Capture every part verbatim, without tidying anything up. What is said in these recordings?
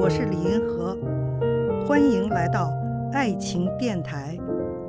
我是李银河，欢迎来到爱情电台。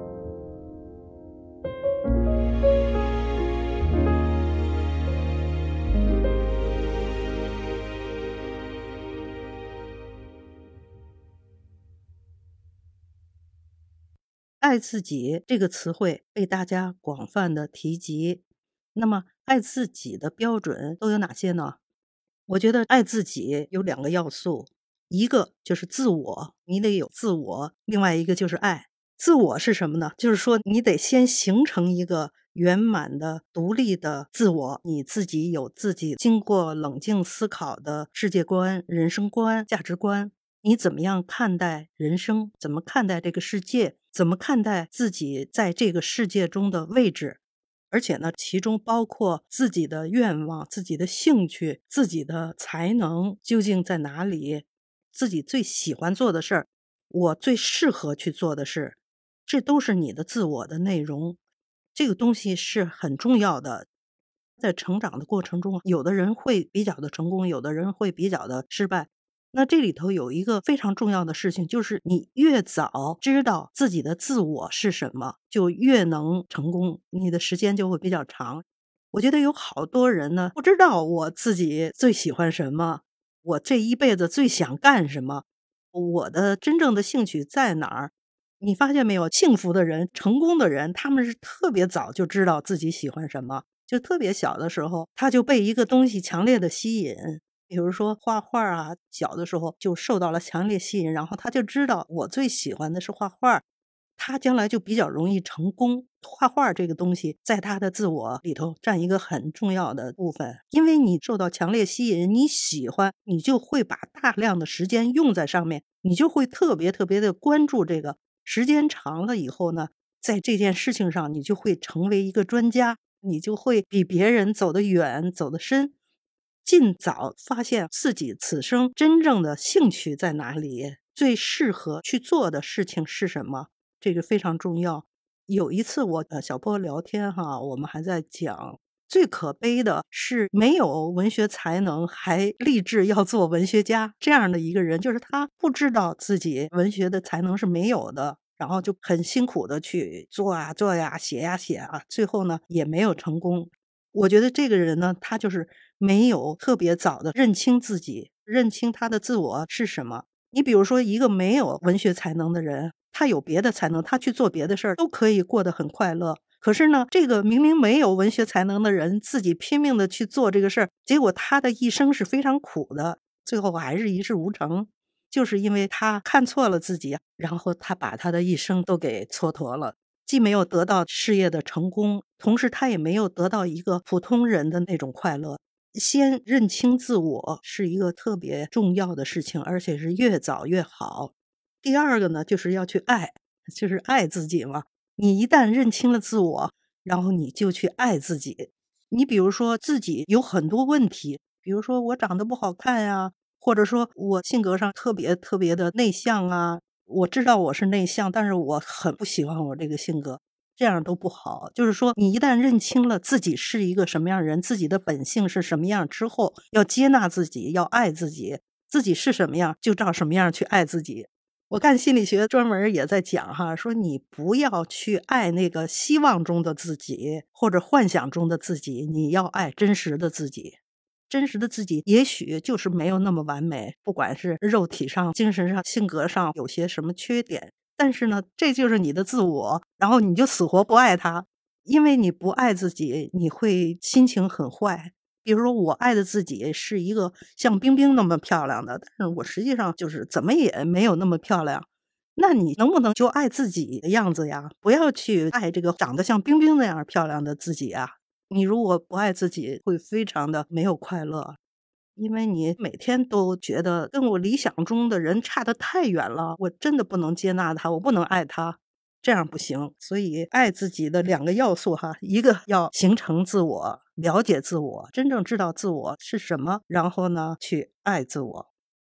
爱自己这个词汇被大家广泛的提及，那么爱自己的标准都有哪些呢？我觉得爱自己有两个要素，一个就是自我，你得有自我，另外一个就是爱。自我是什么呢？就是说你得先形成一个圆满的独立的自我，你自己有自己经过冷静思考的世界观、人生观、价值观，你怎么样看待人生，怎么看待这个世界，怎么看待自己在这个世界中的位置，而且呢，其中包括自己的愿望、自己的兴趣、自己的才能究竟在哪里，自己最喜欢做的事儿，我最适合去做的事，这都是你的自我的内容。这个东西是很重要的。在成长的过程中，有的人会比较的成功，有的人会比较的失败。那这里头有一个非常重要的事情，就是你越早知道自己的自我是什么，就越能成功，你的时间就会比较长。我觉得有好多人呢，不知道我自己最喜欢什么，我这一辈子最想干什么，我的真正的兴趣在哪儿。你发现没有，幸福的人、成功的人，他们是特别早就知道自己喜欢什么，就特别小的时候，他就被一个东西强烈的吸引。比如说画画啊，小的时候就受到了强烈吸引，然后他就知道我最喜欢的是画画，他将来就比较容易成功。画画这个东西在他的自我里头占一个很重要的部分，因为你受到强烈吸引，你喜欢，你就会把大量的时间用在上面，你就会特别特别的关注这个。时间长了以后呢，在这件事情上你就会成为一个专家，你就会比别人走得远，走得深。尽早发现自己此生真正的兴趣在哪里，最适合去做的事情是什么，这个非常重要。有一次我呃小波聊天哈，我们还在讲，最可悲的是没有文学才能还立志要做文学家这样的一个人，就是他不知道自己文学的才能是没有的，然后就很辛苦的去做啊做呀，写呀写啊，最后呢也没有成功。我觉得这个人呢，他就是没有特别早的认清自己，认清他的自我是什么。你比如说一个没有文学才能的人，他有别的才能，他去做别的事儿都可以过得很快乐。可是呢，这个明明没有文学才能的人，自己拼命的去做这个事儿，结果他的一生是非常苦的，最后还是一事无成。就是因为他看错了自己，然后他把他的一生都给蹉跎了。既没有得到事业的成功，同时他也没有得到一个普通人的那种快乐。先认清自我是一个特别重要的事情，而且是越早越好。第二个呢，就是要去爱，就是爱自己嘛。你一旦认清了自我，然后你就去爱自己。你比如说自己有很多问题，比如说我长得不好看呀，或者说我性格上特别特别的内向啊，我知道我是内向，但是我很不喜欢我这个性格，这样都不好。就是说你一旦认清了自己是一个什么样的人，自己的本性是什么样之后，要接纳自己，要爱自己，自己是什么样就照什么样去爱自己。我看心理学专门也在讲哈，说你不要去爱那个希望中的自己或者幻想中的自己，你要爱真实的自己。真实的自己也许就是没有那么完美，不管是肉体上、精神上、性格上有些什么缺点，但是呢，这就是你的自我，然后你就死活不爱他，因为你不爱自己，你会心情很坏。比如说我爱的自己是一个像冰冰那么漂亮的，但是我实际上就是怎么也没有那么漂亮。那你能不能就爱自己的样子呀？不要去爱这个长得像冰冰那样漂亮的自己啊！你如果不爱自己，会非常的没有快乐，因为你每天都觉得跟我理想中的人差得太远了，我真的不能接纳他，我不能爱他，这样不行。所以爱自己的两个要素哈，一个要形成自我，了解自我，真正知道自我是什么，然后呢去爱自我。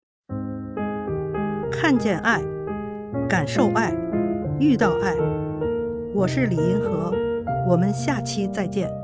看见爱，感受爱，遇到爱。我是李银河，我们下期再见。